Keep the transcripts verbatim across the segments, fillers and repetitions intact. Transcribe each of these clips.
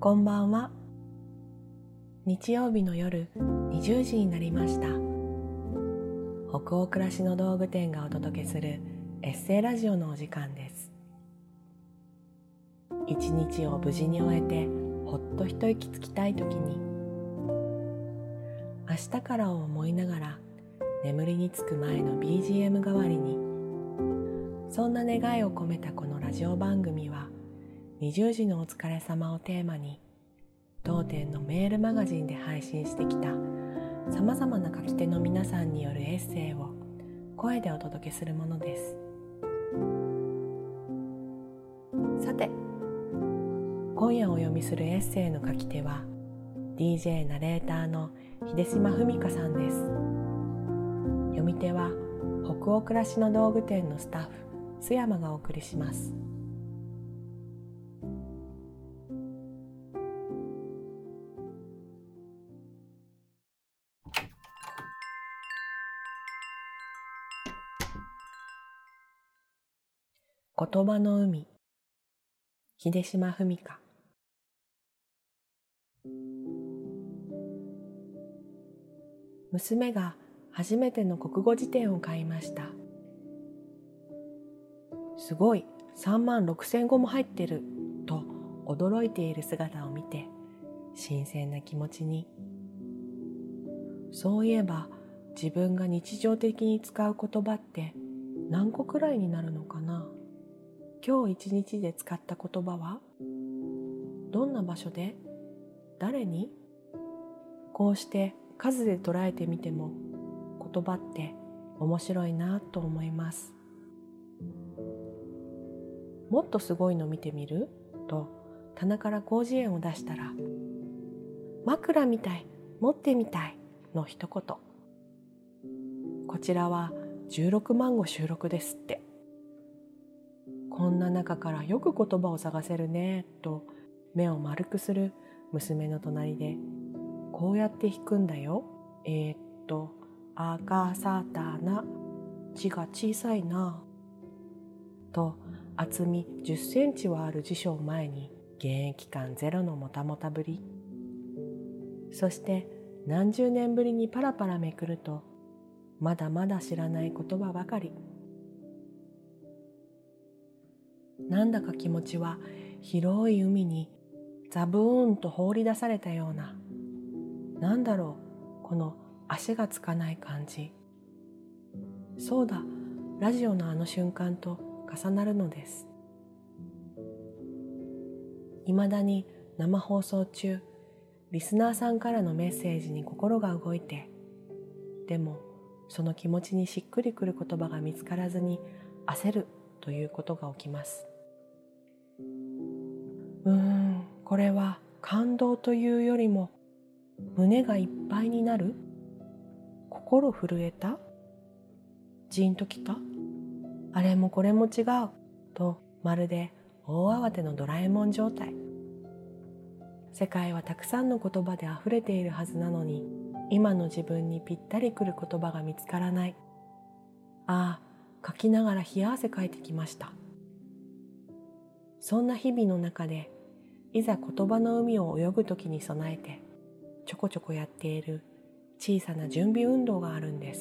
こんばんは。日曜日の夜にじゅうじになりました。北欧暮らしの道具店がお届けするエッセイラジオのお時間です。一日を無事に終えてほっと一息つきたいときに、明日からを思いながら眠りにつく前の ビージーエム 代わりに、そんな願いを込めたこのラジオ番組は、にじゅうじのお疲れ様をテーマに、当店のメールマガジンで配信してきたさまざまな書き手の皆さんによるエッセイを声でお届けするものです。さて、今夜お読みするエッセイの書き手は ディージェー ナレーターの秀島文香さんです。読み手は北欧暮らしの道具店のスタッフ須山がお送りします。言葉の海、秀島文香。娘が初めての国語辞典を買いました。すごい、さんまんろくせんごも入ってると驚いている姿を見て、新鮮な気持ちに。そういえば自分が日常的に使う言葉って何個くらいになるのかな。今日一日で使った言葉はどんな場所で誰に。こうして数で捉えてみても言葉って面白いなと思います。もっとすごいの見てみると棚から広辞苑を出したら、枕みたい、持ってみたいの一言。こちらはじゅうろくまんご収録ですって。こんな中からよく言葉を探せるねと目を丸くする娘の隣で、こうやって弾くんだよ。えー、っとあがさたな、字が小さいなと厚みじゅっセンチはある辞書を前に現役感ゼロのもたもたぶり。そして何十年ぶりにパラパラめくると、まだまだ知らない言葉ばかり。なんだか気持ちは広い海にザブーンと放り出されたような、なんだろう、この足がつかない感じ。そうだ、ラジオのあの瞬間と重なるのです。いまだに生放送中、リスナーさんからのメッセージに心が動いて、でもその気持ちにしっくりくる言葉が見つからずに焦るということが起きます。うーん、これは感動というよりも胸がいっぱいになる、心震えた、ジーンときた、あれもこれも違うと、まるで大慌てのドラえもん状態。世界はたくさんの言葉であふれているはずなのに、今の自分にぴったりくる言葉が見つからない。ああ、書きながら冷や汗かいてきました。そんな日々の中で、いざ言葉の海を泳ぐときに備えてちょこちょこやっている小さな準備運動があるんです。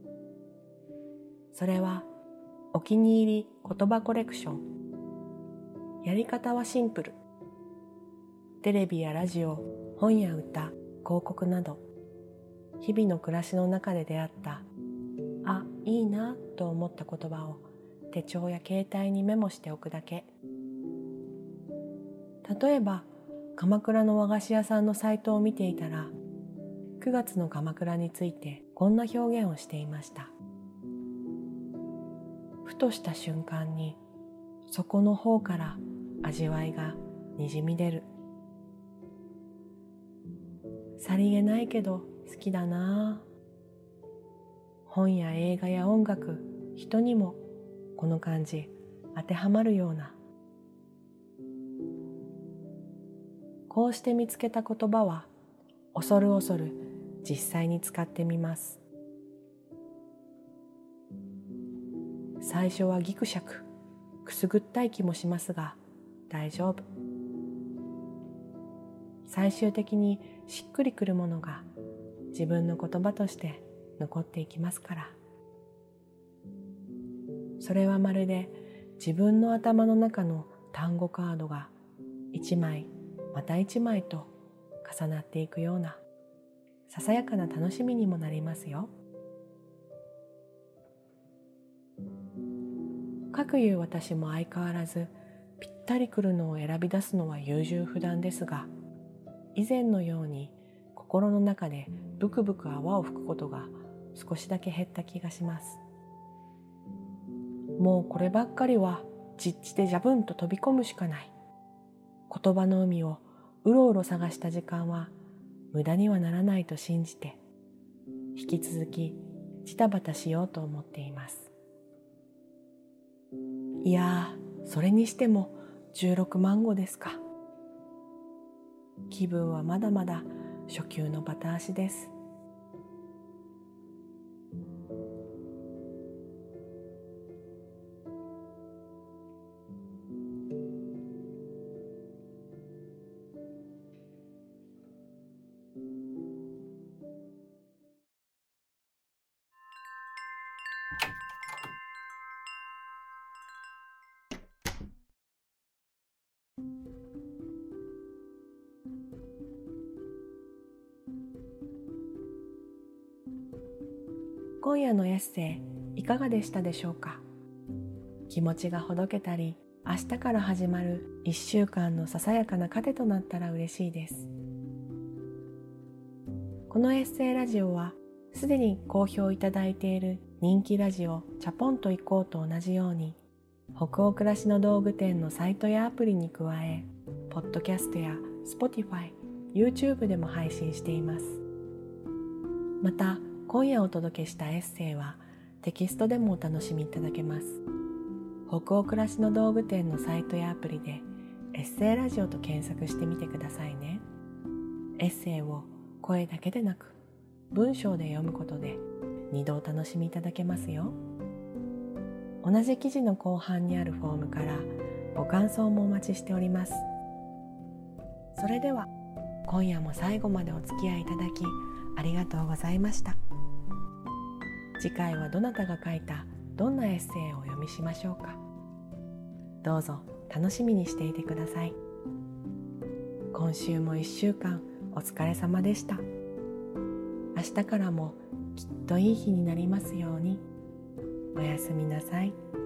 それはお気に入り言葉コレクション。やり方はシンプル。テレビやラジオ、本や歌、広告など、日々の暮らしの中で出会ったあ、いいなと思った言葉を手帳や携帯にメモしておくだけ。例えば鎌倉の和菓子屋さんのサイトを見ていたら、くがつの鎌倉についてこんな表現をしていました。ふとした瞬間に底の方から味わいがにじみ出る。さりげないけど好きだな。本や映画や音楽、人にもこの感じ当てはまるような。こうして見つけた言葉は恐る恐る実際に使ってみます。最初はギクシャク、くすぐったい気もしますが大丈夫。 最終的にしっくりくるものが自分の言葉として残っていきますから。それはまるで自分の頭の中の単語カードが一枚また一枚と重なっていくようなささやかな楽しみにもなりますよ。かくいう私も相変わらずぴったりくるのを選び出すのは優柔不断ですが、以前のように心の中でブクブク泡を吹くことが少しだけ減った気がします。もうこればっかりは実地でジャブンと飛び込むしかない。言葉の海をうろうろ探した時間は無駄にはならないと信じて、引き続きジタバタしようと思っています。いやー、それにしてもじゅうろくまんごですか。気分はまだまだ初級のバタ足です。今夜のエッセイいかがでしたでしょうか。気持ちがほどけたり、明日から始まるいっしゅうかんのささやかな糧となったら嬉しいです。このエッセイラジオはすでに好評いただいている人気ラジオチャポンと行こうと同じように、北欧暮らしの道具店のサイトやアプリに加え、ポッドキャストや Spotify、YouTube でも配信しています。また今夜お届けしたエッセイはテキストでもお楽しみいただけます。北欧暮らしの道具店のサイトやアプリでエッセイラジオと検索してみてくださいね。エッセイを声だけでなく文章で読むことで二度お楽しみいただけますよ。同じ記事の後半にあるフォームからご感想もお待ちしております。それでは今夜も最後までお付き合いいただきありがとうございました。次回はどなたが書いたどんなエッセイをお読みしましょうか。どうぞ楽しみにしていてください。今週もいっしゅうかんお疲れ様でした。明日からもきっといい日になりますように。おやすみなさい。